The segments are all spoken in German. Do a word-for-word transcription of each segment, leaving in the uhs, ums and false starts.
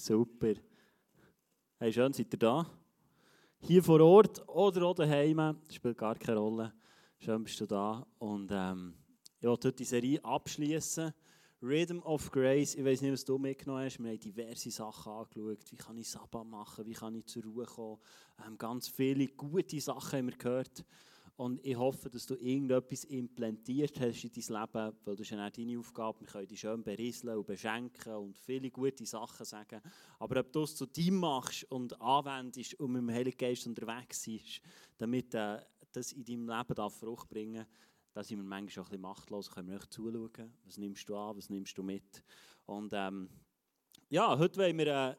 Super. Hey, schön, seid ihr da? Hier vor Ort oder auch daheim, spielt gar keine Rolle. Schön bist du da. Und ähm, ich wollte heute die Serie abschließen. Rhythm of Grace. Ich weiß nicht, was du mitgenommen hast. Wir haben diverse Sachen angeschaut. Wie kann ich Sabbat machen? Wie kann ich zur Ruhe kommen? Ähm, ganz viele gute Sachen haben wir gehört. Und ich hoffe, dass du irgendetwas implantiert hast in dein Leben, weil das ist ja auch deine Aufgabe. Wir können dich schön berieseln und beschenken und viele gute Sachen sagen. Aber ob du es zu dir machst und anwendest und mit dem Heiligen Geist unterwegs bist, damit äh, das in deinem Leben darf Frucht bringen darf, da sind wir manchmal schon ein bisschen machtlos, können wir nicht zuschauen. Was nimmst du an, was nimmst du mit? Und ähm, ja, heute wollen wir äh,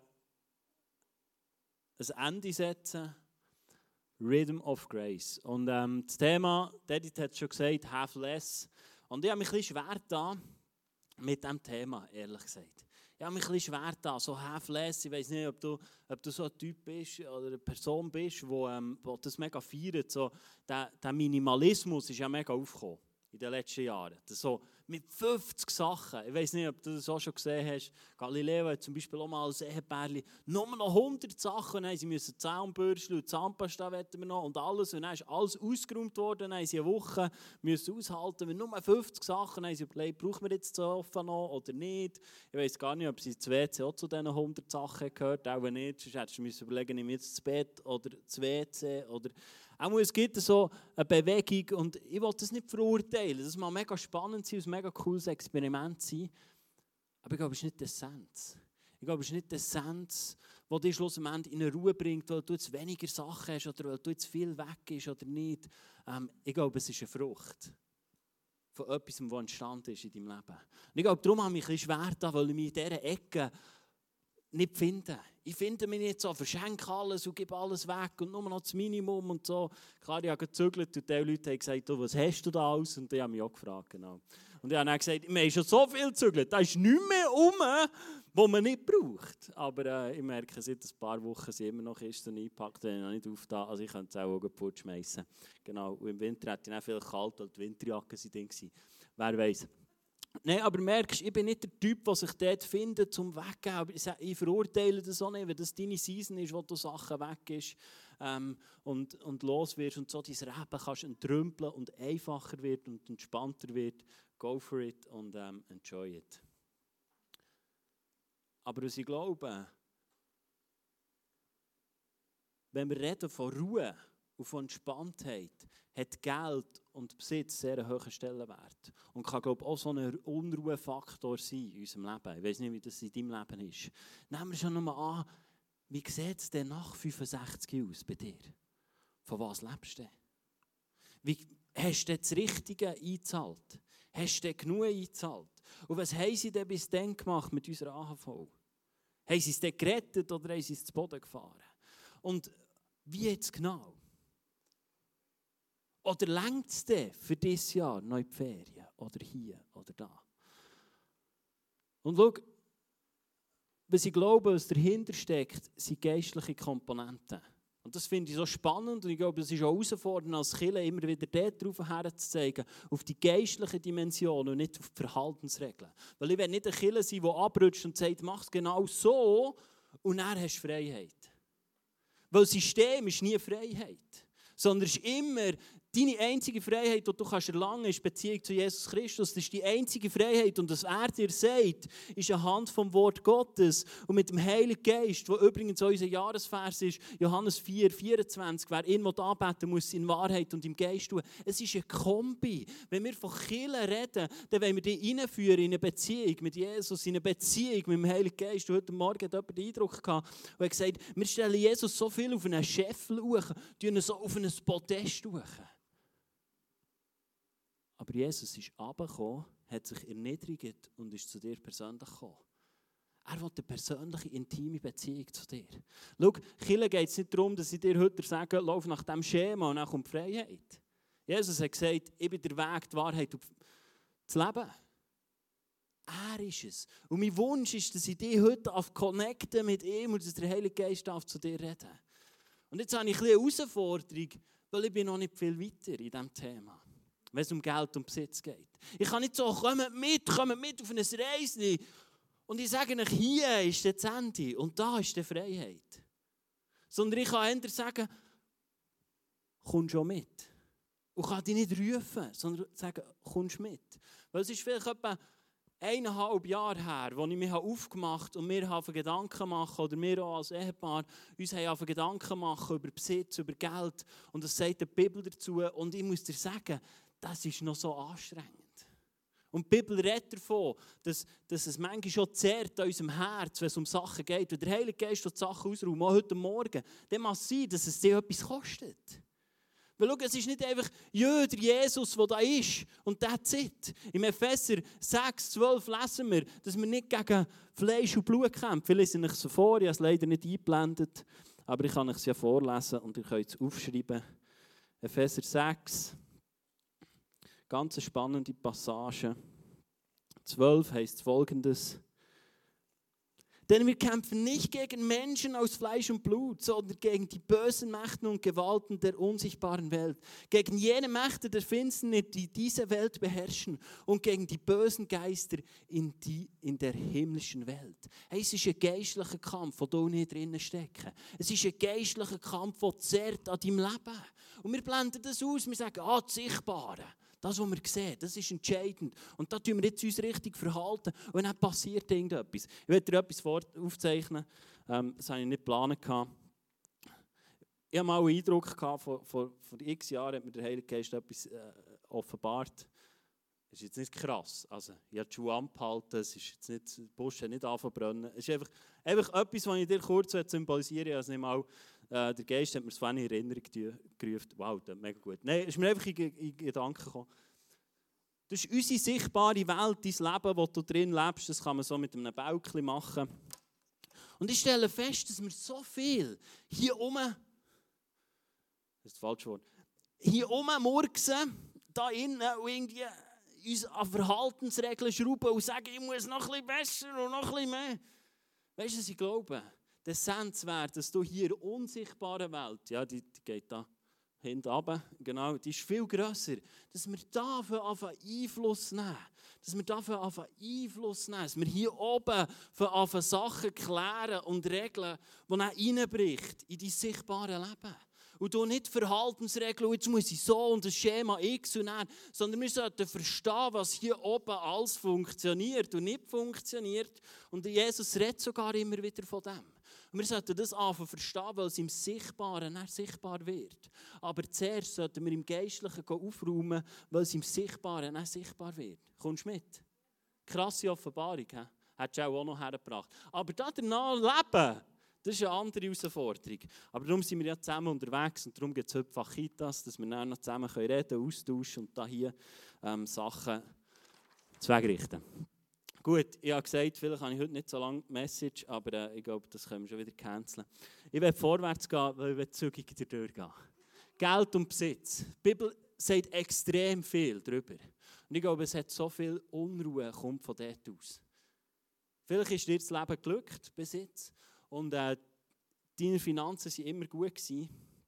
ein Ende setzen. Rhythm of Grace. Und ähm, das Thema, Edith hat es schon gesagt, have less. Und ich habe mich ein bisschen schwer getan mit diesem Thema, ehrlich gesagt. Ich habe mich ein bisschen schwer getan, so have less. Ich weiß nicht, ob du, ob du so ein Typ bist oder eine Person bist, die ähm, das mega feiert. So, der, der Minimalismus ist ja mega aufgekommen in den letzten Jahren. Das so mit fünfzig Sachen. Ich weiß nicht, ob du das auch schon gesehen hast. Galileo hat zum Beispiel auch mal als Ehepärchen nur noch hundert Sachen. Nein, sie müssen Zahnbürsten und Zahnpasta wetten wir noch und alles. Und dann ist alles ausgeräumt worden. Dann haben sie eine Woche müssen aushalten. Wenn nur fünfzig Sachen haben sie überlegt, brauchen wir jetzt das Sofa noch oder nicht. Ich weiß gar nicht, ob sie das W C auch zu diesen hundert Sachen gehört. Auch nicht. Sonst hättest du müssen überlegen, nehme ich jetzt das Bett oder das W C oder... Auch es gibt so eine Bewegung und ich will das nicht verurteilen. Das mag mega spannend sein, ein mega cooles Experiment sein. Aber ich glaube, es ist nicht die Essenz. Ich glaube, es ist nicht die Essenz, die dich schlussendlich in eine Ruhe bringt, weil du jetzt weniger Sachen hast oder weil du jetzt viel weg bist oder nicht. Ähm, ich glaube, es ist eine Frucht von etwas, was entstanden ist in deinem Leben. Und ich glaube, darum habe ich mich ein bisschen schwer getan, weil ich mich in dieser Ecke nicht finden. Ich finde mich nicht so, verschenke alles und gebe alles weg und nur noch das Minimum und so. Klar, ich habe gezügelt und die Leute haben gesagt, du, was hast du da alles? Und die haben mich auch gefragt, genau. Und ich habe dann gesagt, wir haben schon so viel gezügelt, da ist nichts mehr rum, was man nicht braucht. Aber äh, ich merke, seit ein paar Wochen sind immer noch Kisten eingepackt, wenn ich noch nicht aufgetan. Also ich könnte es auch gut schmeißen. Genau. Und im Winter hatte ich auch viel kalt, weil die Winterjacken sind drin waren. Wer weiß. Nein, aber merkst, ich bin nicht der Typ, der sich dort findet, zum Weggeben. Ich, ich verurteile das auch nicht, wenn das deine Season ist, wo du Sachen weggibst ähm, und, und los wirst und so dein Leben kannst entrümpeln und einfacher wird und entspannter wird. Go for it und ähm, enjoy it. Aber was ich glaube, wenn wir reden von Ruhe und von Entspanntheit, hat Geld und Besitz sehr einen hohen Stellenwert. Und kann, glaube ich, auch so ein Unruhefaktor sein in unserem Leben. Ich weiß nicht, wie das in deinem Leben ist. Nehmen wir schon nochmal an, wie sieht es denn nach fünfundsechzig aus bei dir? Von was lebst du? Wie, hast du das Richtige eingezahlt? Hast du genug eingezahlt? Und was haben sie denn bis dann gemacht mit unserer A H V? Haben sie es denn gerettet oder haben sie es zu Boden gefahren? Und wie jetzt genau? Oder reicht es denn für dieses Jahr noch in die Ferien? Oder hier oder da? Und schau, was ich glaube, was dahinter steckt, sind geistliche Komponenten. Und das finde ich so spannend und ich glaube, es ist auch herausfordernd als Kirche, immer wieder dort drauf herzuzeigen, auf die geistliche Dimension und nicht auf die Verhaltensregeln. Weil ich will nicht eine Kirche sein, die abrutscht und sagt, mach es genau so und dann hast du Freiheit. Weil das System ist nie Freiheit, sondern es ist immer deine einzige Freiheit, die du kannst erlangen kannst, ist Beziehung zu Jesus Christus. Das ist die einzige Freiheit. Und was er dir sagt, ist anhand vom Wort Gottes und mit dem Heiligen Geist, wo übrigens unser Jahresvers ist, Johannes vier, vierundzwanzig. Wer ihn anbeten will, muss in Wahrheit und im Geist tun. Es ist eine Kombi. Wenn wir von Kirche reden, dann wollen wir die reinführen in eine Beziehung mit Jesus, in eine Beziehung mit dem Heiligen Geist. Und heute Morgen hat jemand den Eindruck gehabt und hat gesagt, wir stellen Jesus so viel auf einen Scheffel hoch, tun ihn so auf ein Podest hoch. Aber Jesus ist runtergekommen, hat sich erniedrigt und ist zu dir persönlich gekommen. Er will eine persönliche, intime Beziehung zu dir. Schau, Kirche geht es nicht darum, dass ich dir heute sage, lauf nach diesem Schema und dann kommt Freiheit. Jesus hat gesagt, ich bin der Weg, die Wahrheit und das Leben. Er ist es. Und mein Wunsch ist, dass ich dich heute connecten mit ihm und dass der Heilige Geist zu dir reden. Und jetzt habe ich ein bisschen eine Herausforderung, weil ich bin noch nicht viel weiter in diesem Thema. Wenn es um Geld und Besitz geht. Ich kann nicht so, kommt mit, kommt mit auf eine Reise. Und Und ich sage euch, hier ist das Ende und da ist die Freiheit. Sondern ich kann eher sagen, komm schon mit. Und kann dich nicht rufen, sondern sagen, kommst mit. Weil es ist vielleicht etwa eineinhalb Jahre her, als ich mich aufgemacht habe und mir habe Gedanken machen, oder wir auch als Ehepaar, uns haben Gedanken machen über Besitz, über Geld. Und das sagt die Bibel dazu. Und ich muss dir sagen, das ist noch so anstrengend. Und die Bibel redet davon, dass, dass es manchmal schon zehrt an unserem Herz, wenn es um Sachen geht. Wenn der Heilige Geist die Sachen ausräumt, auch heute Morgen, dann muss es sein, dass es dir etwas kostet. Weil schau, es ist nicht einfach jeder Jesus, der da ist und that's it. Im Epheser sechs, zwölf lesen wir, dass wir nicht gegen Fleisch und Blut kämpfen. Ich lese es so vor, ich habe es leider nicht eingeblendet, aber ich kann es ja vorlesen und ihr könnt es aufschreiben. Epheser sechs, ganz eine spannende Passage. zwölf heisst Folgendes. Denn wir kämpfen nicht gegen Menschen aus Fleisch und Blut, sondern gegen die bösen Mächte und Gewalten der unsichtbaren Welt, gegen jene Mächte der Finsternis, die diese Welt beherrschen und gegen die bösen Geister in, die, in der himmlischen Welt. Hey, es ist ein geistlicher Kampf, wo du nicht drinnen stecken. Es ist ein geistlicher Kampf, der zerrt an deinem Leben. Und wir blenden das aus, wir sagen, ah, das Sichtbare. Das, was wir sehen, das ist entscheidend. Und da tun wir jetzt uns richtig verhalten. Und dann passiert irgendetwas. Ich werde dir etwas aufzeichnen. Ähm, das habe ich nicht geplant. Ich hatte mal einen Eindruck, gehabt, vor, vor, vor x Jahren hat mir der Heilige Geist etwas äh, offenbart. Das ist jetzt nicht krass. Also, ich habe die Schuhe angehalten, es ist jetzt nicht, der Busch hat nicht angefangen zu brennen. Es ist einfach, einfach etwas, was ich dir kurz symbolisieren will. Also nicht mal, äh, der Geist hat mir so eine Erinnerung gerufen. Wow, das ist mega gut. Nein, es ist mir einfach in, in Gedanken gekommen. Das ist unsere sichtbare Welt, dein Leben, das du drin lebst. Das kann man so mit einem Bälkchen machen. Und ich stelle fest, dass wir so viel hier oben, das ist das falsche Wort, hier oben murksen, da innen und irgendwie uns an Verhaltensregeln schrauben und sagen, ich muss noch ein bisschen besser und noch ein bisschen mehr. Weißt du, was ich glaube? Die Essenz wäre, dass du hier in der unsichtbaren Welt, ja, die, die geht da hinten runter, genau, die ist viel grösser, dass wir dafür anfangen Einfluss nehmen. Dass wir dafür anfangen Einfluss nehmen. Dass wir hier oben anfangen Sachen klären und regeln, die dann reinbricht in dein sichtbare Leben. Und du nicht Verhaltensregeln, jetzt muss ich so und das Schema X und dann, sondern wir sollten verstehen, was hier oben alles funktioniert und nicht funktioniert. Und Jesus redet sogar immer wieder von dem. Und wir sollten das anfangen verstehen, weil es im Sichtbaren nicht sichtbar wird. Aber zuerst sollten wir im Geistlichen aufräumen, weil es im Sichtbaren nicht sichtbar wird. Kommst du mit? Krasse Offenbarung, he? Hättest du auch noch hergebracht. Aber da danach leben, das ist eine andere Herausforderung. Aber darum sind wir ja zusammen unterwegs und darum gibt es heute Fachitas, dass wir dann noch zusammen reden können, austauschen und da hier ähm, Sachen zweckrichten. Gut, ich habe gesagt, vielleicht habe ich heute nicht so lange Message, aber äh, ich glaube, das können wir schon wieder canceln. Ich will vorwärts gehen, weil ich will zügig durchgehen. Geld und Besitz. Die Bibel sagt extrem viel darüber. Und ich glaube, es hat so viel Unruhe, kommt von dort aus. Vielleicht ist dir das Leben geglückt bis jetzt. Und äh, deine Finanzen waren immer gut gewesen.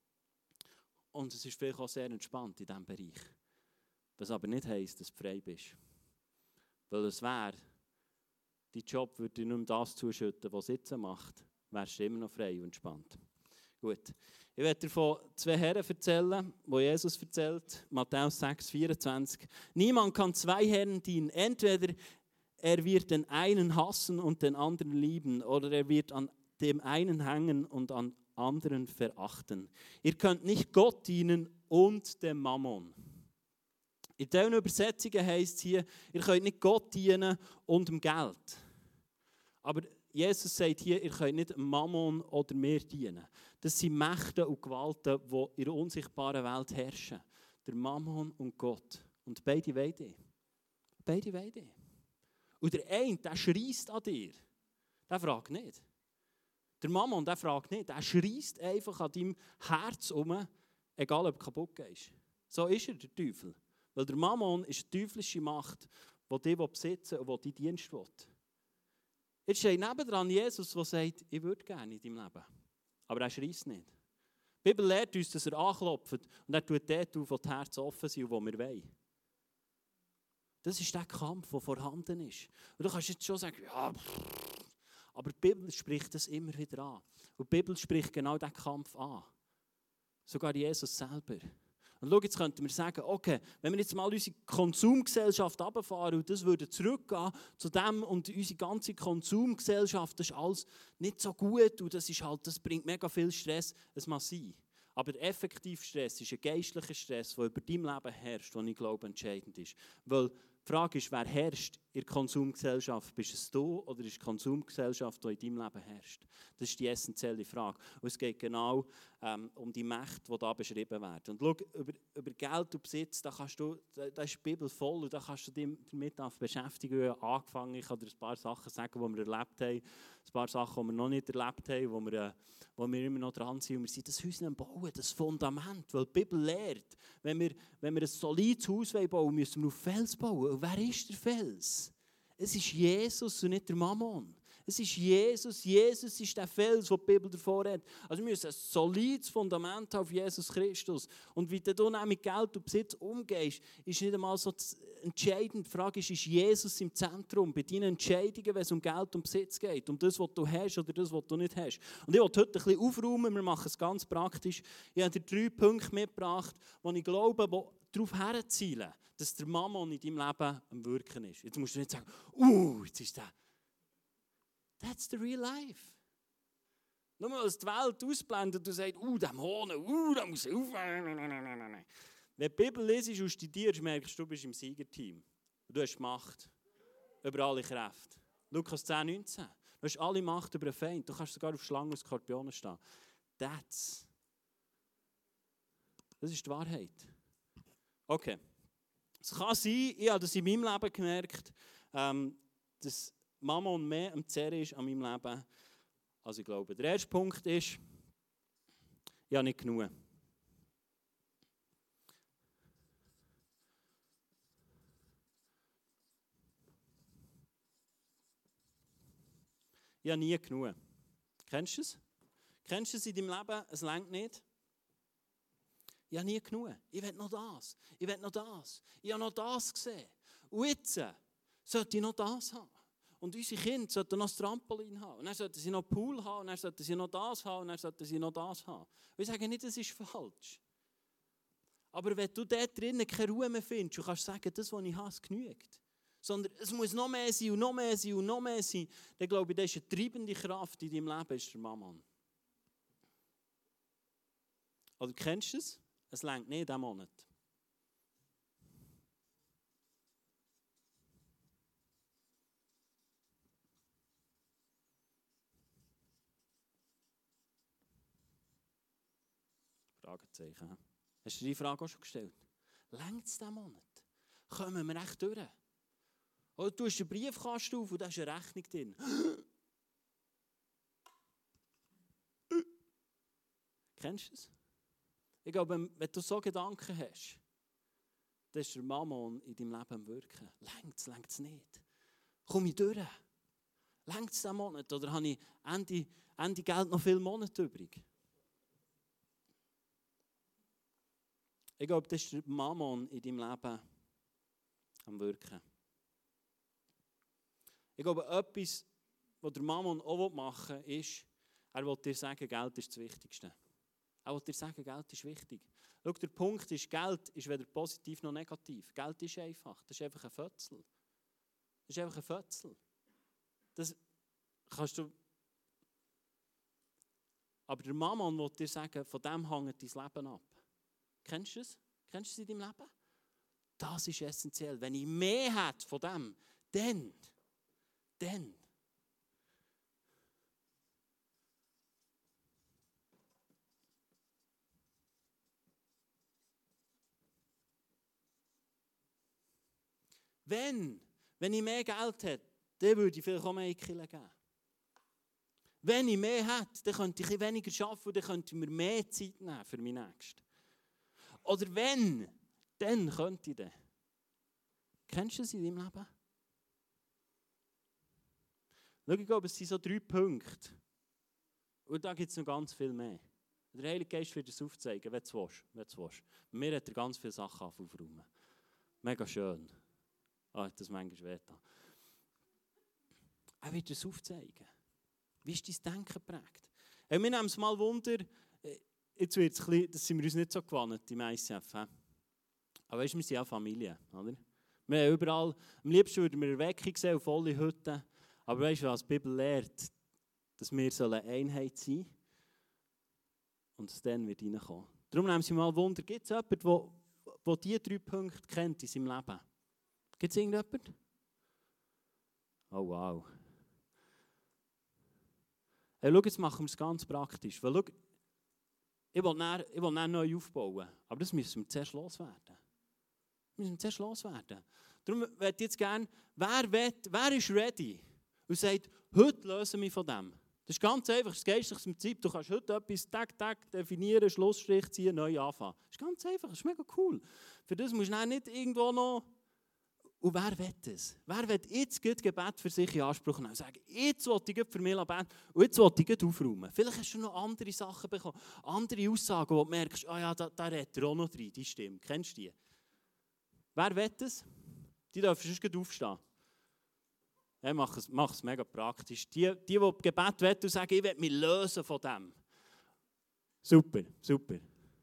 Und es ist vielleicht auch sehr entspannt in diesem Bereich. Was aber nicht heisst, dass du frei bist. Weil es wäre, dein Job würde dir nur das zuschütten, was es jetzt macht, wärst du immer noch frei und entspannt. Gut. Ich werde dir von zwei Herren erzählen, die Jesus erzählt. Matthäus sechs, vierundzwanzig. Niemand kann zwei Herren dienen. Entweder er wird den einen hassen und den anderen lieben, oder er wird an dem einen hängen und an anderen verachten. Ihr könnt nicht Gott dienen und dem Mammon. In diesen Übersetzungen heisst es hier, ihr könnt nicht Gott dienen und dem Geld. Aber Jesus sagt hier, ihr könnt nicht dem Mammon oder mir dienen. Das sind Mächte und Gewalten, die in der unsichtbaren Welt herrschen. Der Mammon und Gott. Und beide wollen dich. Beide wollen dich. Und der eine, der schreist an dir. Der fragt nicht. Der Mammon, der fragt nicht. Der schreist einfach an deinem Herz um, egal ob du kaputt gehst. So ist er, der Teufel. Weil der Mammon ist die teuflische Macht, die dich besitzen und die deinen Dienst will. Jetzt steht nebendran Jesus, der sagt, ich würde gerne in deinem Leben. Aber er schreist nicht. Die Bibel lehrt uns, dass er anklopft und er tut dort auf, wo die Herzen offen sind und wo wir wollen. Das ist der Kampf, der vorhanden ist. Und du kannst jetzt schon sagen, ja, pff. Aber die Bibel spricht das immer wieder an. Und die Bibel spricht genau diesen Kampf an. Sogar Jesus selber. Und schau, jetzt könnten wir sagen, okay, wenn wir jetzt mal unsere Konsumgesellschaft runterfahren und das würde zurückgehen zu dem und unsere ganze Konsumgesellschaft, das ist alles nicht so gut und das, ist halt, das bringt mega viel Stress, es mag sein. Aber der effektive Stress ist ein geistlicher Stress, der über dein Leben herrscht, der ich glaube entscheidend ist. Weil die Frage ist, wer herrscht in der Konsumgesellschaft? Bist es du oder ist die Konsumgesellschaft, die in deinem Leben herrscht? Das ist die essentielle Frage. Und es geht genau ähm, um die Mächte, die da beschrieben werden. Und schau, über, über Geld und Besitz, da, kannst du, da, da ist die Bibel voll und da kannst du dich damit beschäftigen. Angefangen, ich kann dir ein paar Sachen sagen, die wir erlebt haben, ein paar Sachen, die wir noch nicht erlebt haben, wo wir, äh, wo wir immer noch dran sind. Und wir sind das Haus bauen, das Fundament, weil die Bibel lehrt, wenn wir, wenn wir ein solides Haus bauen wollen, müssen wir auf Fels bauen. Und wer ist der Fels? Es ist Jesus und nicht der Mammon. Es ist Jesus. Jesus ist der Fels, den die Bibel davor hat. Also wir müssen ein solides Fundament haben auf Jesus Christus. Und wie du dann mit Geld und Besitz umgehst, ist nicht einmal so entscheidend. Die Frage ist, ist Jesus im Zentrum bei deinen Entscheidungen, wenn es um Geld und Besitz geht? Um das, was du hast oder das, was du nicht hast. Und ich will heute ein bisschen aufräumen. Wir machen es ganz praktisch. Ich habe dir drei Punkte mitgebracht, die ich glaube, die darauf herzielen, dass der Mammon in deinem Leben am Wirken ist. Jetzt musst du nicht sagen, uh, jetzt ist der. That's the real life. Nur weil es die Welt ausblendet und du sagst, uh, der Hohne, uh, da muss ich aufhören. Nein, nein, nein, nein. Wenn die Bibel liest und studierst, merkst du, du bist im Siegerteam. Du hast Macht über alle Kräfte. Lukas zehn, neunzehn. Du hast alle Macht über den Feind. Du kannst sogar auf Schlangen und Skorpionen stehen. That's. Das ist die Wahrheit. Okay. Es kann sein, ich habe das in meinem Leben gemerkt, ähm, dass Mammon mehr am Zerren ist an meinem Leben, als ich glaube. Der erste Punkt ist, ich habe nicht genug. Ich habe nie genug. Kennst du es? Kennst du es in deinem Leben? Es reicht nicht. Ich habe nie genug. Ich will noch das. Ich will noch das. Ich habe noch das gesehen. Und jetzt sollte ich noch das haben. Und unsere Kinder sollten noch das Trampolin haben. Und dann sollten sie noch einen Pool haben. Und dann sollten sie noch das haben. Und dann sollten sie noch das haben. Wir sagen nicht, das ist falsch. Aber wenn du dort drinnen keine Ruhe mehr findest, du kannst sagen, das, was ich habe, es genügt. Sondern es muss noch mehr sein und noch mehr sein und noch mehr sein. Dann glaube ich, das ist eine treibende Kraft in deinem Leben, ist der Mammon. Oder kennst du es? Es reicht nicht in diesem Monat. Fragezeichen. Hast du die Frage auch schon gestellt? Reicht es diesen Monat? Kommen wir echt durch? Oder du hast einen Briefkasten auf und da ist eine Rechnung drin. Kennst du es? Ich glaube, wenn du so Gedanken hast, dann ist der Mammon in deinem Leben am Wirken. Reicht es, reicht es nicht? Komme ich durch? Reicht es diesen Monat? Oder habe ich Ende, Ende Geld noch viele Monate übrig? Ich glaube, das ist der Mammon in deinem Leben am Wirken. Ich glaube, etwas, was der Mammon auch machen will, ist, er will dir sagen, Geld ist das Wichtigste. Er will dir sagen, Geld ist wichtig. Schau, der Punkt ist, Geld ist weder positiv noch negativ. Geld ist einfach. Das ist einfach ein Fötzel. Das ist einfach ein Fötzel. Das kannst du... Aber der Mammon will dir sagen, von dem hängt dein Leben ab. Kennst du es? Kennst du es in deinem Leben? Das ist essentiell. Wenn ich mehr hätte von dem, dann, dann. Wenn, wenn ich mehr Geld hätte, dann würde ich vielleicht auch mehr in die Kirche geben. Wenn ich mehr hätte, dann könnte ich weniger arbeiten und dann könnte ich mir mehr Zeit nehmen für meinen Nächsten. Oder wenn, dann könnte ich das. Kennst du das in deinem Leben? Schau, ich glaube, es sind so drei Punkte. Und da gibt es noch ganz viel mehr. Der Heilige Geist wird es aufzeigen, wenn du es willst. Mir hat er ganz viele Sachen aufräumen. Mega schön. Ah, das manchmal schwer da. Er wird es aufzeigen. Wie ist dein Denken geprägt? Hey, wir nehmen es mal Wunder, jetzt wird's ein bisschen, das sind wir uns nicht so gewohnt im I C F. He? Aber weißt, wir sind ja Familie, oder? Wir haben überall, am liebsten würden wir Erweckung sehen und volle Hütten. Aber weißt du, was die Bibel lehrt? Dass wir so eine Einheit sein sollen und es dann wird reinkommen. Darum nehmen Sie mal Wunder, gibt es jemanden, der, der diese drei Punkte kennt in seinem Leben? Gibt es irgendjemanden? Oh wow. Hey, schau, jetzt machen wir es ganz praktisch. Weil, schau, ich will dann, ich will dann neu aufbauen, aber das müssen wir zuerst loswerden. Das müssen wir zuerst loswerden. Darum möchte ich jetzt gerne, wer, will, wer ist ready und sagt, heute lösen wir mich von dem. Das ist ganz einfach, das geistliches Prinzip. Du kannst heute etwas Tag, Tag definieren, Schlussstrich ziehen, neu anfangen. Das ist ganz einfach, das ist mega cool. Für das musst du nicht irgendwo noch... Und wer will das? Wer will jetzt das Gebet für sich in Anspruch nehmen und sagen, jetzt will ich für mich beten und jetzt will ich aufräumen. Vielleicht hast du noch andere Sachen bekommen, andere Aussagen, wo du merkst, ah ja, da, da redet er auch noch drin, die Stimme. Kennst du die? Wer will das? Die dürfen sonst aufstehen. Ja, mach es, mach es mega praktisch. Die, die, die Gebet wollen und sagen, ich will mich lösen von dem. Super, super.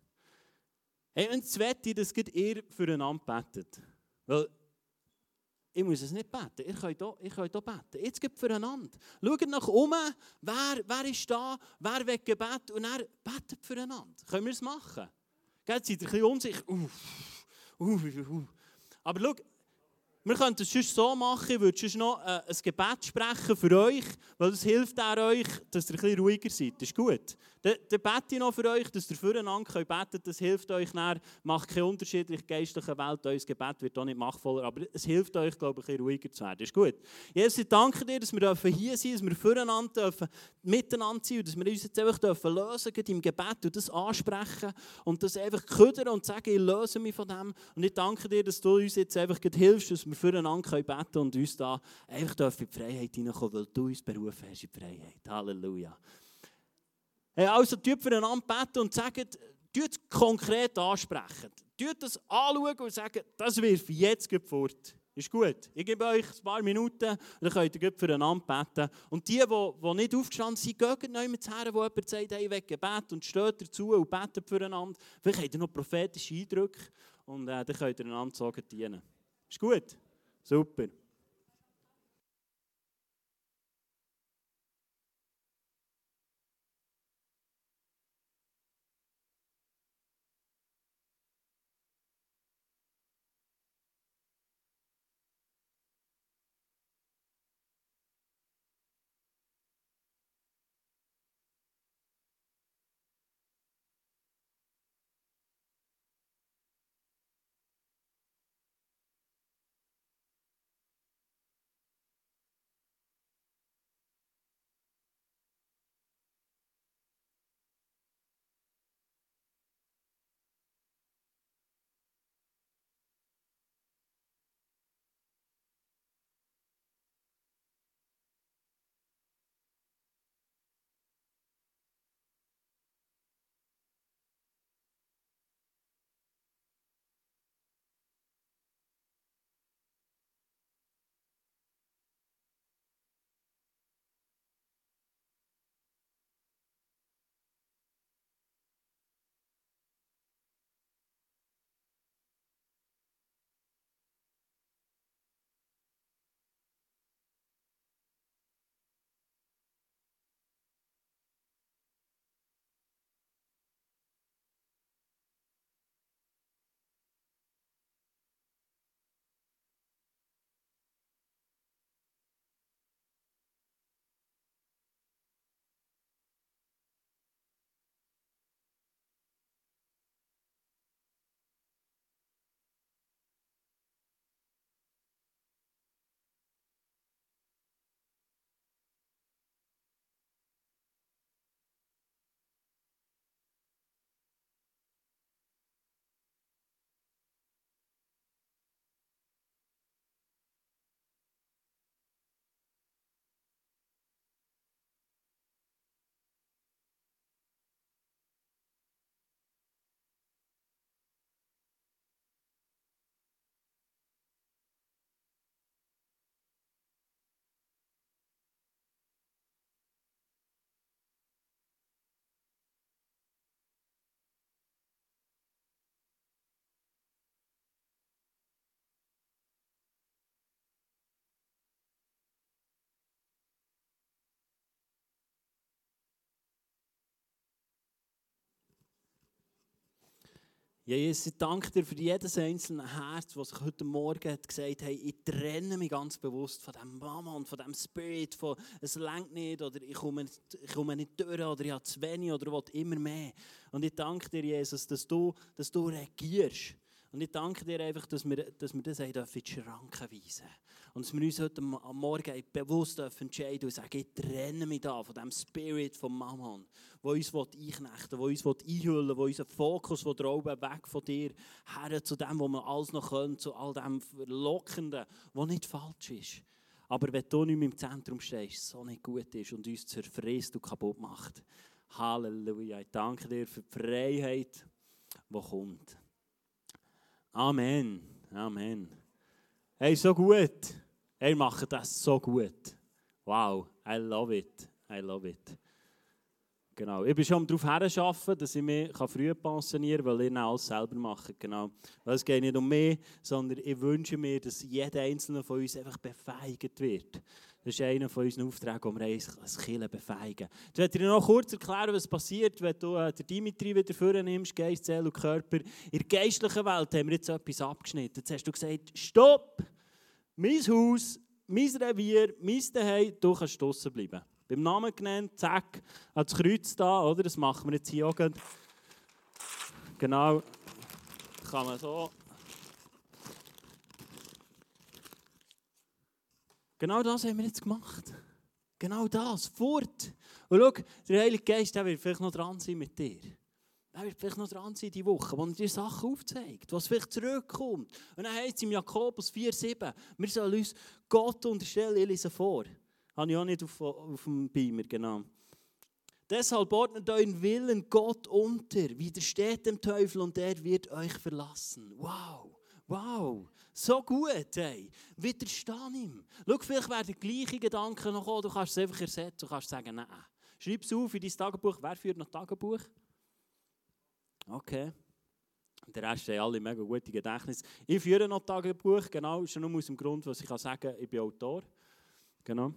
Hey, und jetzt möchte ich, dass ihr füreinander betet. Weil ich muss es nicht beten, ihr könnt hier, ihr könnt hier beten. Jetzt geht füreinander. Schaut nach oben, wer, wer ist da, wer will Gebet und er betet füreinander. Können wir es machen? Jetzt seid ihr ein bisschen unsicher. Uh, uh, uh. Aber schau, wir könnten es sonst so machen, ich würde sonst noch äh, ein Gebet sprechen für euch, weil das hilft auch euch, dass ihr ein bisschen ruhiger seid. Das ist gut. Dann, dann bete ich noch für euch, dass ihr füreinander beten könnt. Das hilft euch dann, macht keinen Unterschied in der geistlichen Welt. Euer Gebet wird auch nicht machtvoller, aber es hilft euch, glaube ich, ein bisschen ruhiger zu werden. Das ist gut. Jesus, ich danke dir, dass wir hier sein dürfen, dass wir füreinander dürfen, miteinander sein und dass wir uns jetzt einfach dürfen lösen im Gebet und das ansprechen und das einfach ködern und sagen, ich löse mich von dem. Und ich danke dir, dass du uns jetzt einfach hilfst, dass wir füreinander beten können und uns da einfach in die Freiheit hineinkommen, weil du uns berufen hast in die Freiheit. Halleluja. Hey, also, tut füreinander beten und sagt, tut konkret ansprechen. Tut das anschauen und sagen, das wirf ich jetzt fort. Ist gut. Ich gebe euch ein paar Minuten und dann könnt ihr füreinander beten. Und die, die, die nicht aufgestanden sind, gehen neu mit her, wo jemand sagt, hey, ich will Gebet und steht dazu und betet füreinander. Vielleicht habt ihr noch prophetische Eindrücke und äh, dann könnt ihr einander so dienen. Ist gut? Super. Ja, Jesus, ich danke dir für jedes einzelne Herz, das sich heute Morgen hat gesagt hat, hey, ich trenne mich ganz bewusst von diesem Mama und von diesem Spirit, von es reicht nicht oder ich komme nicht, ich komme nicht durch oder ich habe zu wenig oder will immer mehr. Und ich danke dir, Jesus, dass du, dass du reagierst. Und ich danke dir einfach, dass wir, dass wir das in die Schranken weisen. Und dass wir uns heute am Morgen bewusst entscheiden und sagen, ich trenne mich da von diesem Spirit von Mammon, der uns einknechten will, der uns einhüllen will, der unseren Fokus von draußen weg von dir her zu dem, was wir alles noch können, zu all dem Verlockenden, was nicht falsch ist. Aber wenn du nicht mehr im Zentrum stehst, so nicht gut ist und uns zerfrisst und kaputt macht. Halleluja, ich danke dir für die Freiheit, die kommt. Amen. Amen. Hey, so gut. Hey, macht das so gut. Wow, I love it. I love it. Genau. Ich bin schon darauf herarbeiten, dass ich mich früh pensionieren kann, weil ich alles selber mache. Genau. Weil es geht nicht um mich, sondern ich wünsche mir, dass jeder einzelne von uns einfach befähigt wird. Das ist einer von unseren Aufträgen, wo wir als Kirche befähigen. Jetzt werde ich dir noch kurz erklären, was passiert, wenn du äh, den Dimitri wieder vornimmst, Geist, Seele und Körper. In der geistlichen Welt haben wir jetzt etwas abgeschnitten. Jetzt hast du gesagt, stopp, mein Haus, mein Revier, mein Zuhause, du kannst draussen bleiben. Beim Namen genannt, zack, ans Kreuz da, oder? Das machen wir jetzt hier auch. Genau, kann man so. Genau das haben wir jetzt gemacht. Genau das, fort. Und schau, der Heilige Geist der wird vielleicht noch dran sein mit dir. Er wird vielleicht noch dran sein diese Woche, wo er dir Sachen aufzeigt, was vielleicht zurückkommt. Und dann heißt es im Jakobus vier sieben, wir sollen uns Gott unterstellen, ich lese vor. Habe ich auch nicht auf, auf dem Beamer, genau. Deshalb ordnet euren Willen Gott unter, widersteht dem Teufel und er wird euch verlassen. Wow, wow. So gut, hey. Widerstehen ihm. Schau, vielleicht werden gleiche Gedanken noch kommen, du kannst es einfach ersetzen, du kannst sagen, nein. Schreib es auf in dein Tagebuch. Wer führt noch Tagebuch? Okay. Der Rest haben alle mega gute Gedächtnis. Ich führe noch Tagebuch, genau, schon nur aus dem Grund, was ich kann sagen kann, ich bin Autor. Genau.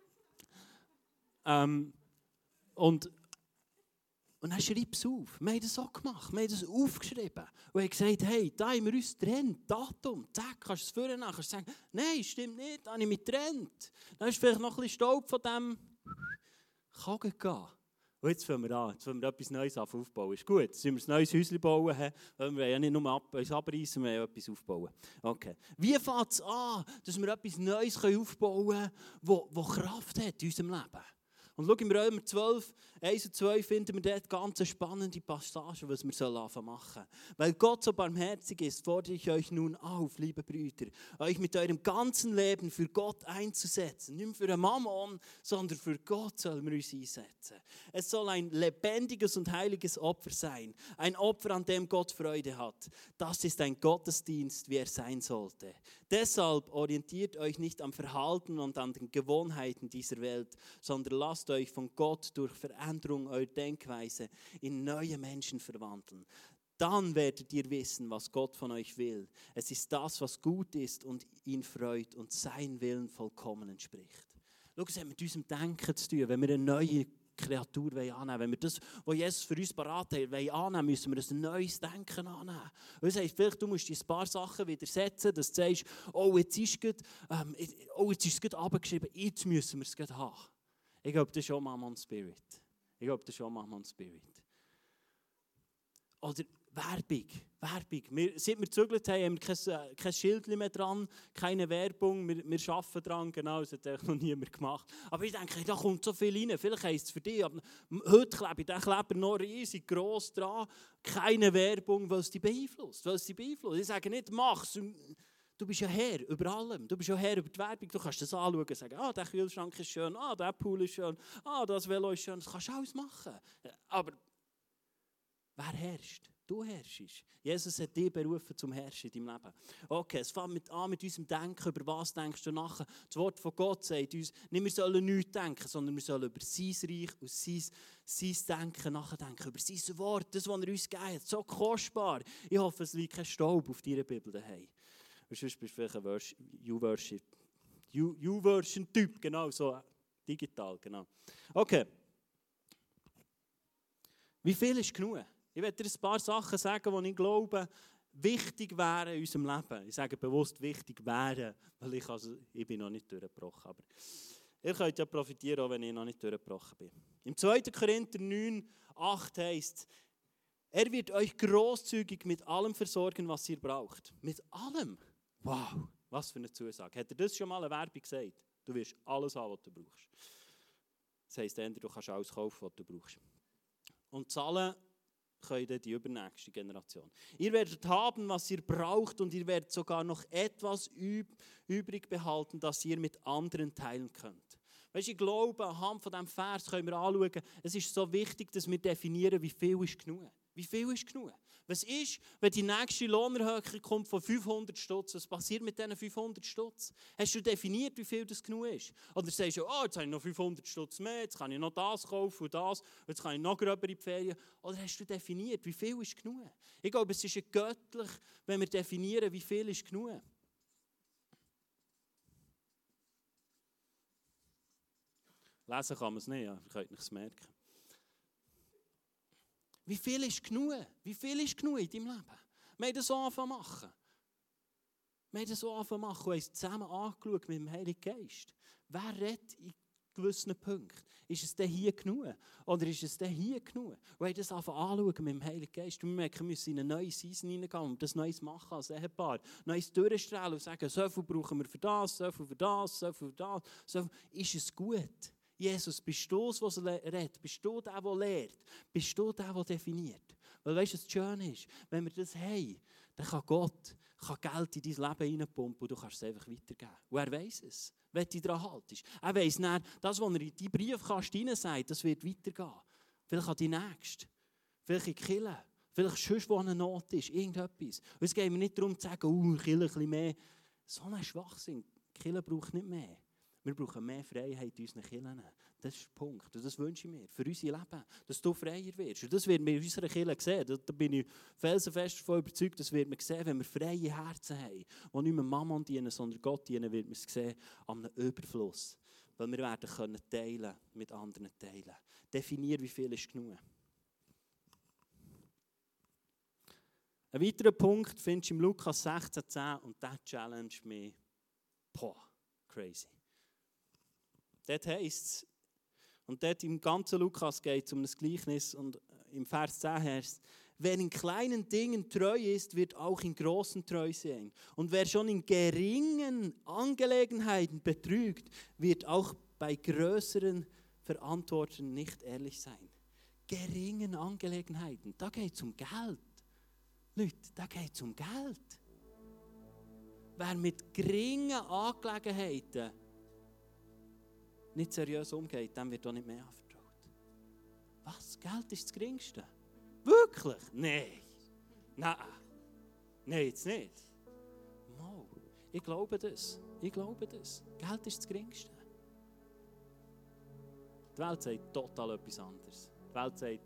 Ähm, und Und dann schreib es auf. Wir haben das so gemacht. Wir haben das aufgeschrieben. Und haben gesagt, hey, da haben wir uns getrennt. Datum, zack, kannst du es vorher nach. Kannst du sagen, nein, stimmt nicht, da habe ich mich getrennt. Dann ist vielleicht noch ein bisschen Staub von dem Kagen gehen. Und jetzt fangen wir an. Jetzt wollen wir etwas Neues aufbauen. Ist gut. Jetzt müssen wir ein neues Häuschen bauen. Weil wir ja nicht nur ab, uns abreißen, wir wollen etwas aufbauen. Okay. Wie fängt es an, dass wir etwas Neues aufbauen können, das Kraft hat in unserem Leben? Und schau, im Römer zwölf, eins und zwei finden wir dort ganz spannende Passagen, was wir machen sollen. Weil Gott so barmherzig ist, fordere ich euch nun auf, liebe Brüder, euch mit eurem ganzen Leben für Gott einzusetzen. Nicht für einen Mammon, sondern für Gott sollen wir uns einsetzen. Es soll ein lebendiges und heiliges Opfer sein. Ein Opfer, an dem Gott Freude hat. Das ist ein Gottesdienst, wie er sein sollte. Deshalb orientiert euch nicht am Verhalten und an den Gewohnheiten dieser Welt, sondern lasst euch von Gott durch Veränderung eurer Denkweise in neue Menschen verwandeln. Dann werdet ihr wissen, was Gott von euch will. Es ist das, was gut ist und ihn freut und sein Willen vollkommen entspricht. Schau, es hat mit unserem Denken zu tun. Wenn wir eine neue Kreatur annehmen, wenn wir das, was Jesus für uns parat hat, annehmen, müssen wir ein neues Denken annehmen. Und das heisst, vielleicht du musst dir ein paar Sachen widersetzen, dass du sagst, oh, jetzt ist es ähm, oh, jetzt ist es gerade runtergeschrieben, jetzt müssen wir es gerade haben. Ich glaube, das ist auch Mammon Spirit. Ich glaube, das ist auch Mammon Spirit. Oder Werbung. Werbung. Wir, seit wir gezügelt haben, haben wir kein, kein Schild mehr dran, keine Werbung, wir, wir arbeiten dran, genau, das hat eigentlich noch niemand gemacht. Aber ich denke, da kommt so viel rein, vielleicht heisst es für dich, aber heute klebe ich den Kleber noch riesig gross dran, keine Werbung, weil es dich beeinflusst, weil es dich beeinflusst. Ich sage nicht, mach's. Du bist ja Herr über allem. Du bist ja Herr über die Werbung. Du kannst das anschauen und sagen, ah, der Kühlschrank ist schön, ah, der Pool ist schön, ah, das Velo ist schön. Das kannst du alles machen. Aber wer herrscht? Du herrschst. Jesus hat dich berufen zum Herrschen in deinem Leben. Okay, es fängt mit an mit unserem Denken. Über was denkst du nachher? Das Wort von Gott sagt uns, nicht wir sollen nichts denken, sondern wir sollen über sein Reich und sein, sein Denken nachdenken. Über sein Wort, das, was er uns gegeben hat. So kostbar. Ich hoffe, es liegt kein Staub auf deiner Bibel daheim. Und sonst bist du vielleicht ein U-Version-Typ, genau, so digital, genau. Okay. Wie viel ist genug? Ich werde dir ein paar Sachen sagen, die ich glaube, wichtig wären in unserem Leben. Ich sage bewusst wichtig wären, weil ich, also, ich bin noch nicht durchgebrochen. Aber ihr könnt ja profitieren, auch wenn ich noch nicht durchgebrochen bin. Im zweiten Korinther neun, acht heisst, er wird euch grosszügig mit allem versorgen, was ihr braucht. Mit allem? Wow, was für eine Zusage. Hat er das schon mal eine Werbung gesagt? Du wirst alles haben, was du brauchst. Das heisst, du kannst alles kaufen, was du brauchst. Und zahlen können die übernächste Generation. Ihr werdet haben, was ihr braucht, und ihr werdet sogar noch etwas üb- übrig behalten, das ihr mit anderen teilen könnt. Weißt du, ich glaube, anhand von diesem Vers können wir anschauen, es ist so wichtig, dass wir definieren, wie viel ist genug. Wie viel ist genug? Was ist, wenn die nächste Lohnerhöhung kommt von fünfhundert Stutz? Was passiert mit diesen fünfhundert Stutz? Hast du definiert, wie viel das genug ist? Oder sagst du, oh, jetzt habe ich noch fünfhundert Stutz mehr, jetzt kann ich noch das kaufen und das, und jetzt kann ich noch gröber in die Ferien. Oder hast du definiert, wie viel ist genug? Ich glaube, es ist göttlich, wenn wir definieren, wie viel ist genug. Lesen kann man es nicht, ja, ihr könnt es merken. Wie viel ist genug? Wie viel ist genug in deinem Leben? Wir haben das so angefangen zu machen. Wir haben das so angefangen zu machen und haben es zusammen angeschaut mit dem Heiligen Geist. Wer redet in gewissen Punkten? Ist es denn hier genug? Oder ist es denn hier genug? Und haben das angefangen anschauen mit dem Heiligen Geist. Und wir merken, wir müssen in eine neue Season hineingehen und das Neues machen als Ehepaar. Neues durchstrahlen und sagen, so viel brauchen wir für das, so viel für das, so viel für das. So viel. Ist es gut? Jesus, bist du das, was redet? Bist du der, der lehrt? Bist du der, der definiert? Weil weißt du, was schön ist? Wenn wir das haben, dann kann Gott kann Geld in dein Leben reinpumpen und du kannst es einfach weitergeben. Und er weiss es, wenn du daran haltest. Er weiss nicht, das, was er in deinen Briefkasten hinein sagt, das wird weitergehen. Vielleicht an die Nächste, vielleicht in die Kirche, vielleicht sonst, wo eine Not ist, irgendetwas. Und es geht mir nicht darum zu sagen, oh, Kirche ein bisschen mehr. So ein Schwachsinn. Die Kirche braucht nicht mehr. Wir brauchen mehr Freiheit in unseren Kirchen. Das ist der Punkt. Und das wünsche ich mir für unser Leben, dass du freier wirst. Und das wird man in unserer Kirche sehen. Da, da bin ich felsenfest davon überzeugt, das wird man sehen, wenn wir freie Herzen haben, die nicht mehr Mammon dienen, sondern Gott dienen, wird man es sehen an einem Überfluss. Weil wir werden können teilen mit anderen teilen. Definier, wie viel ist genug. Ein weiterer Punkt findest du im Lukas sechzehn zehn und der challenge mich. Boah, crazy. Dort heisst es, und dort im ganzen Lukas geht es um das Gleichnis, und im Vers zehn heißt es, wer in kleinen Dingen treu ist, wird auch in großen treu sein. Und wer schon in geringen Angelegenheiten betrügt, wird auch bei größeren Verantwortungen nicht ehrlich sein. Geringen Angelegenheiten, da geht es um Geld. Leute, da geht es um Geld. Wer mit geringen Angelegenheiten nicht seriös umgeht, dem wird auch nicht mehr anvertraut. Was? Geld ist das Geringste? Wirklich? Nein. Nein. Nein, jetzt nicht. Mal. Ich glaube das. Ich glaube das. Geld ist das Geringste. Die Welt sagt total etwas anderes. Die Welt sagt,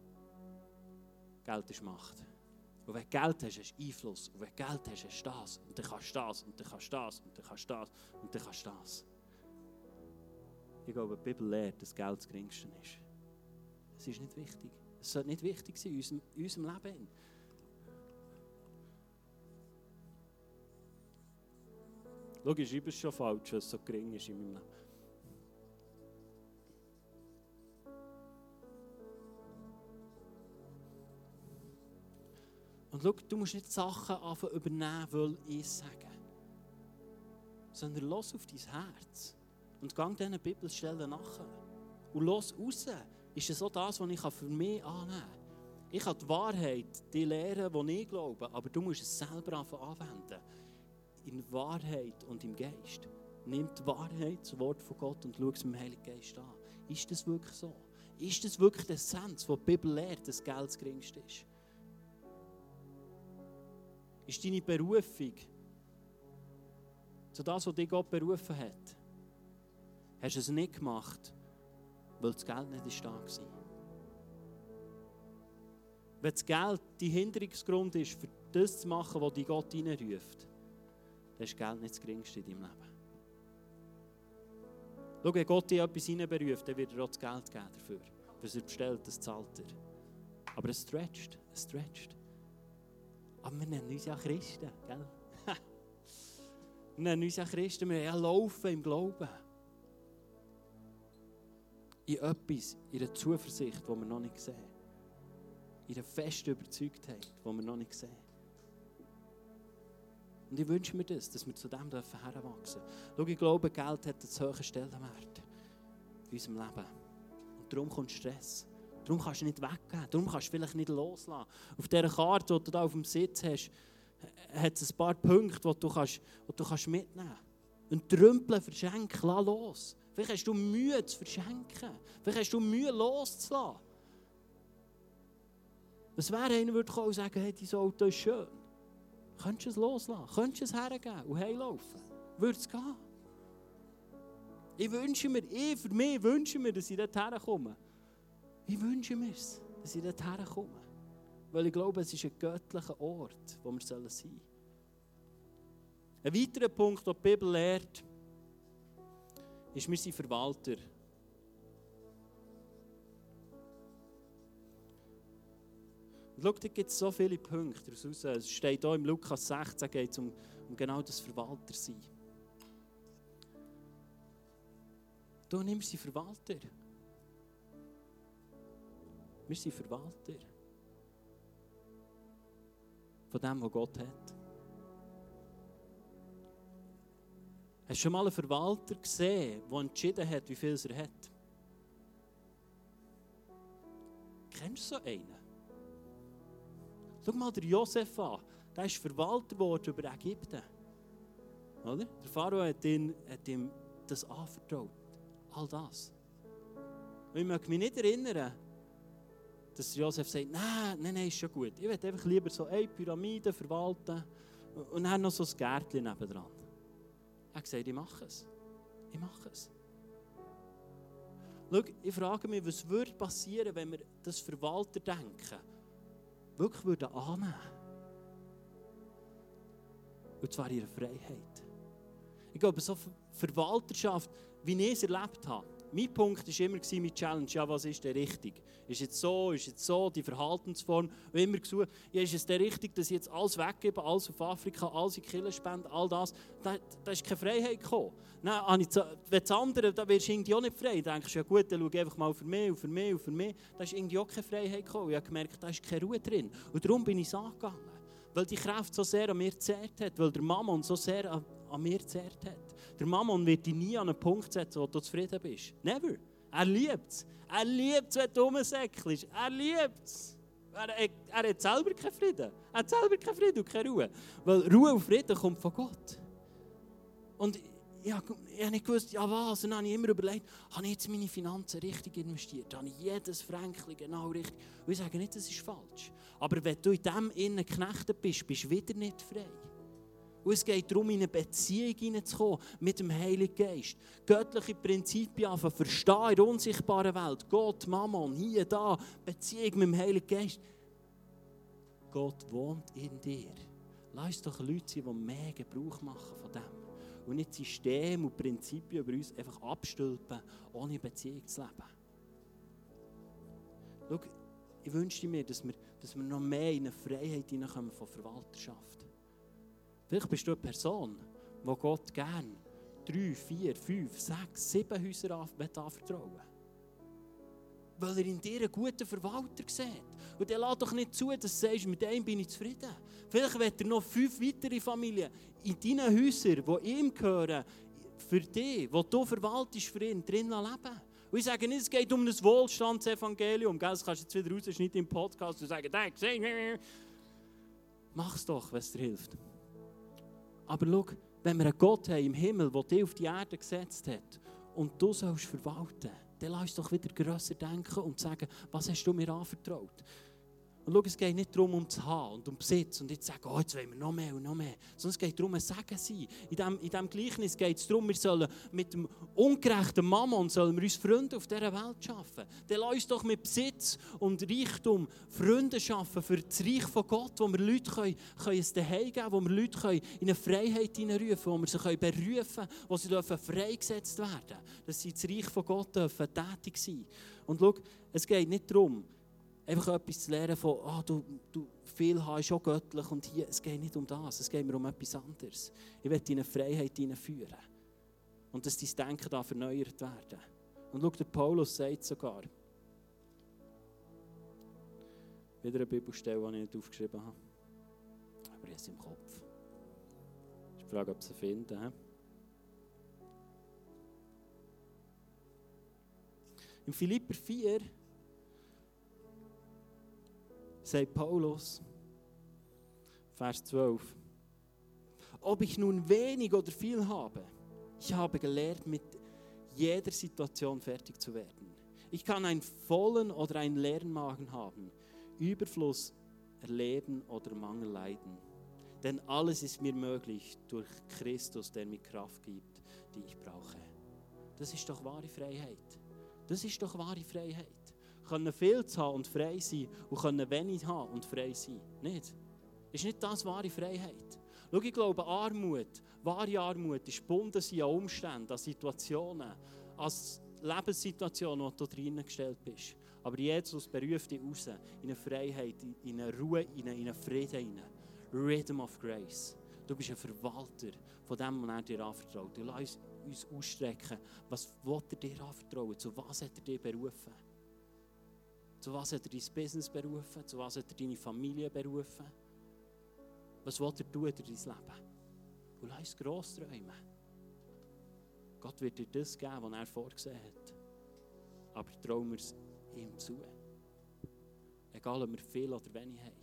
Geld ist Macht. Und wenn du Geld hast, hast du Einfluss. Und wenn du Geld hast, hast du das. Und dann kannst du das. Und dann kannst du das. Und dann kannst du das. Und dann kannst du das. Ich glaube, die Bibel lehrt, dass Geld das Geringste ist. Es ist nicht wichtig. Es sollte nicht wichtig sein in unserem, in unserem Leben. Schau, ich schreibe es schon falsch, dass es so gering ist in meinem Leben. Und schau, du musst nicht Sachen anfangen übernehmen, weil ich es sage. Sondern los auf dein Herz. Und geh diesen Bibelstellen nach. Und los raus. Ist es so das, was ich für mich annehmen kann? Ich kann die Wahrheit, die Lehre, die ich glaube, aber du musst es selber anwenden. In Wahrheit und im Geist. Nimm die Wahrheit, das Wort von Gott, und schau es mit dem Heiligen Geist an. Ist das wirklich so? Ist das wirklich die Essenz, die die Bibel lehrt, dass Geld das Geringste ist? Ist deine Berufung zu das, was dich Gott berufen hat? Hast du es nicht gemacht, weil das Geld nicht da war? Wenn das Geld dein Hinderungsgrund ist, für das zu machen, was dich Gott hineinruft, dann ist Geld nicht das Geringste in deinem Leben. Schau, wenn Gott dir etwas hineinberuft, dann wird er auch das Geld geben dafür. Was er bestellt, das zahlt er. Aber es stretcht, es stretcht. Aber wir nennen uns ja Christen, gell? Wir nennen uns ja Christen, wir ja laufen im Glauben. In etwas, in einer Zuversicht, die wir noch nicht sehen. In einer festen Überzeugtheit, die wir noch nicht sehen. Und ich wünsche mir das, dass wir zu dem heranwachsen dürfen. Schau, ich glaube, Geld hat einen hohen Stellenwert in unserem Leben. Und darum kommt Stress. Darum kannst du nicht weggehen. Darum kannst du vielleicht nicht loslassen. Auf dieser Karte, die du da auf dem Sitz hast, hat es ein paar Punkte, die du, kannst, die du kannst mitnehmen kannst. Ein Trümpeln verschenken, lass los. Vielleicht hast du Mühe zu verschenken. Vielleicht hast du Mühe loszulassen. Was wäre, einer würde kommen und sagen, hey, dein Auto ist schön. Könntest du es loslassen? Könntest du es hergeben und heimlaufen? Würde es gehen? Ich wünsche mir, ich für mich wünsche mir, dass ich dort herkomme. Ich wünsche mir es, dass ich dort herkomme. Weil ich glaube, es ist ein göttlicher Ort, wo wir sein sollen. Ein weiterer Punkt, den die Bibel lehrt, ist, wir sind Verwalter. Und schau, da gibt es so viele Punkte daraus. Es steht hier im Lukas sechzehn, geht es um, um genau das Verwaltersein. Du nimmst sie Verwalter. Wir sind Verwalter. Von dem, was Gott hat. Hast du schon mal einen Verwalter gesehen, der entschieden hat, wie viel er hat? Kennst du so einen? Schau mal den Josef an. Der ist Verwalter geworden über Ägypten. Oder? Der Pharao hat, ihn, hat ihm das anvertraut. All das. Und ich möchte mich nicht erinnern, dass Josef sagt, nein, nein, nein, ist schon gut. Ich möchte einfach lieber so eine Pyramide verwalten und dann noch so ein Gärtchen nebendran. Er hat gesagt, ich mache es. Ich mache es. Schau, ich frage mich, was würde passieren, wenn wir das Verwalterdenken wirklich würden annehmen. Und zwar ihre Freiheit. Ich glaube, so Verwalterschaft, wie ich es erlebt habe, mein Punkt war immer meine Challenge, ja, was ist denn richtig? Ist jetzt so, ist jetzt so, die Verhaltensform. Und immer gesucht, ja, ist es denn richtig, dass ich jetzt alles weggebe, alles auf Afrika, alles in die Kirche spende, all das? Da, da ist keine Freiheit gekommen. Nein, wenn das andere, da wirst du irgendwie auch nicht frei. Da denkst du, ja gut, dann schau ich einfach mal für mich und für mich und für mich. Da ist irgendwie auch keine Freiheit gekommen. Ich habe gemerkt, da ist keine Ruhe drin. Und darum bin ich es angegangen. Weil die Kraft so sehr an mir gezerrt hat, weil der Mammon so sehr an, an mir gezerrt hat. Der Mammon wird dich nie an einen Punkt setzen, wo du zufrieden bist. Never. Er liebt es. Er liebt es, wenn du rumsäckelst. Er liebt es. Er, er, er hat selber keinen Frieden. Er hat selber keinen Frieden und keine Ruhe. Weil Ruhe und Frieden kommt von Gott. Und ich habe, ich habe nicht gewusst, ja was. Und dann habe ich immer überlegt, habe ich jetzt meine Finanzen richtig investiert? Habe ich jedes Fränkchen genau richtig? Und ich sage nicht, das ist falsch. Aber wenn du in dem innen geknechtet bist, bist du wieder nicht frei. Und es geht darum, in eine Beziehung hineinzukommen mit dem Heiligen Geist. Göttliche Prinzipien zu verstehen in der unsichtbaren Welt. Gott, Mammon, hier, da, Beziehung mit dem Heiligen Geist. Gott wohnt in dir. Lass uns doch Leute sein, die mehr Gebrauch machen von dem. Und nicht System und Prinzipien über uns einfach abstülpen, ohne Beziehung zu leben. Schau, ich wünsche mir, dass wir, dass wir noch mehr in eine Freiheit hineinkommen von Verwalterschaft. Vielleicht bist du eine Person, die Gott gerne drei, vier, fünf, sechs, sieben Häuser anvertrauen will. Weil er in dir einen guten Verwalter sieht. Und er lässt doch nicht zu, dass du sagst, mit einem bin ich zufrieden. Vielleicht will er noch fünf weitere Familien in deinen Häusern, die ihm gehören, für dich, die du verwaltest für ihn, drinnen leben. Und ich sage nicht, es geht um das Wohlstandsevangelium. Das kannst du jetzt wieder rausschneiden im Podcast und sagen, mach es doch, wenn es dir hilft. Aber schau, wenn wir einen Gott haben im Himmel, der dich auf die Erde gesetzt hat und du sollst verwalten, dann lass uns doch wieder grösser denken und sagen, was hast du mir anvertraut? Und schau, es geht nicht darum, um zu haben und um Besitz und jetzt sagen, oh, jetzt wollen wir noch mehr und noch mehr. Sondern es geht darum, ein Segen sein. In diesem, in diesem Gleichnis geht es darum, wir sollen mit dem ungerechten Mammon sollen wir uns Freunde auf dieser Welt schaffen. Dann lass uns doch mit Besitz und Reichtum Freunde schaffen für das Reich von Gott, wo wir Leute können, können ein Zuhause geben, wo wir Leute können in eine Freiheit hineinrufen, wo wir sie können berufen, wo sie dürfen freigesetzt werden, dass sie ins Reich von Gott dürfen tätig sein. Und schau, es geht nicht darum, einfach etwas zu lernen von, oh, du, du viel hast, ist auch göttlich und hier, es geht nicht um das, es geht mir um etwas anderes. Ich will deine Freiheit hineinführen. Und dass dein Denken da erneuert werden. Und schau, der Paulus sagt sogar, wieder eine Bibelstelle, die ich nicht aufgeschrieben habe, aber ich habe es im Kopf. Ich frage, ob sie finden. He? In Philipper vier sagt Paulus, Vers zwölf, ob ich nun wenig oder viel habe, ich habe gelernt, mit jeder Situation fertig zu werden. Ich kann einen vollen oder einen leeren Magen haben, Überfluss erleben oder Mangel leiden. Denn alles ist mir möglich durch Christus, der mir Kraft gibt, die ich brauche. Das ist doch wahre Freiheit. Das ist doch wahre Freiheit. Können viel zu haben und frei sein und können wenig haben und frei sein. Nicht? Ist nicht das wahre Freiheit? Schau, ich glaube, Armut, wahre Armut ist gebunden an Umstände, an Situationen, an Lebenssituationen, in die du drinnen gestellt bist. Aber Jesus beruft dich raus in eine Freiheit, in eine Ruhe, in einen Frieden. Rhythm of Grace. Du bist ein Verwalter von dem, was er dir anvertraut. Du lass uns ausstrecken, was will er dir anvertrauen? Zu was hat er dich berufen? Zu was hat er dein Business berufen? Zu was hat er deine Familie berufen? Was will er tun in dein Leben? Und lass uns gross träumen. Gott wird dir das geben, was er vorgesehen hat. Aber trauen wir es ihm zu. Egal, ob wir viel oder wenig haben.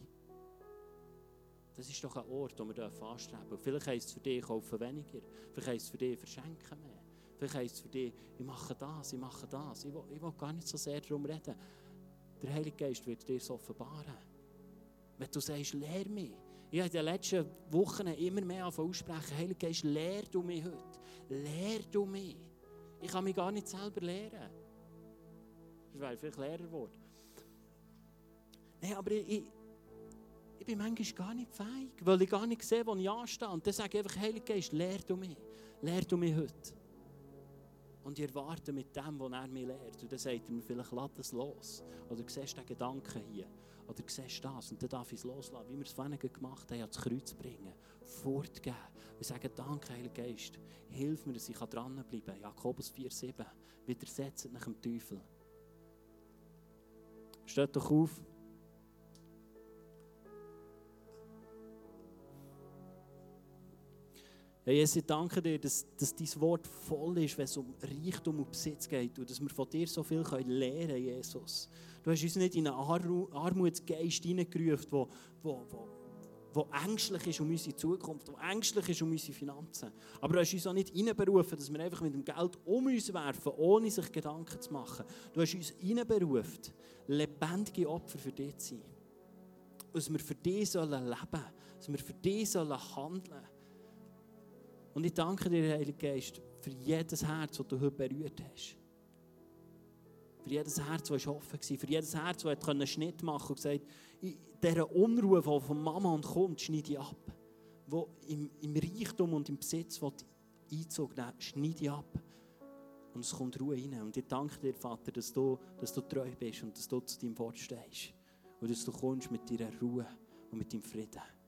Das ist doch ein Ort, wo wir anstreben dürfen. Vielleicht heisst es für dich, ich kaufe weniger. Vielleicht heisst es für dich, ich verschenke mehr. Vielleicht heisst es für dich, ich mache das, ich mache das. Ich will, ich will gar nicht so sehr darum reden. Der Heilige Geist wird dir so offenbaren. Wenn du sagst, lehr mich. Ich habe in den letzten Wochen immer mehr aussprechen, Heilige Geist, lehr du mich heute. Lehr du mich. Ich kann mich gar nicht selber lehren. Das wäre vielleicht Lehrerwort. Nein, aber ich, ich, ich bin manchmal gar nicht fähig, weil ich gar nicht sehe, wo ich anstehe. Und dann sage ich einfach, Heilige Geist, lehr du mich. Lehr du mich heute. Und ich erwarte mit dem, was er mir lehrt. Und dann sagt er mir vielleicht, lass es los. Oder du siehst den Gedanken hier. Oder du siehst das. Und dann darf ich es loslassen, wie wir es vorhin gemacht haben, ans Kreuz bringen. Fortgeben. Wir sagen, danke, Heiliger Geist. Hilf mir, dass ich dranbleiben kann. Jakobus vier sieben. Widersetzt nach dem Teufel. Steht doch auf. Ja, Jesus, ich danke dir, dass, dass dein Wort voll ist, wenn es um Reichtum und Besitz geht und dass wir von dir so viel lernen können, Jesus. Du hast uns nicht in einen Ar- Armutsgeist hineingerufen, wo, wo, wo, wo ängstlich ist um unsere Zukunft, wo ängstlich ist um unsere Finanzen. Aber du hast uns auch nicht hineinberufen, dass wir einfach mit dem Geld um uns werfen, ohne sich Gedanken zu machen. Du hast uns hineinberufen, lebendige Opfer für dich zu sein. Dass wir für dich sollen leben, dass wir für dich sollen handeln. Und ich danke dir, Heiliger Geist, für jedes Herz, das du heute berührt hast. Für jedes Herz, das offen war. Für jedes Herz, das einen Schnitt machen und gesagt, dieser Unruhe, die von Mama und kommt, schneide ich ab. Wo im, im Reichtum und im Besitz Einzug nehmen, schneide ich ab. Und es kommt Ruhe rein. Und ich danke dir, Vater, dass du, dass du treu bist und dass du zu deinem Wort stehst. Und dass du kommst mit deiner Ruhe und mit deinem Frieden.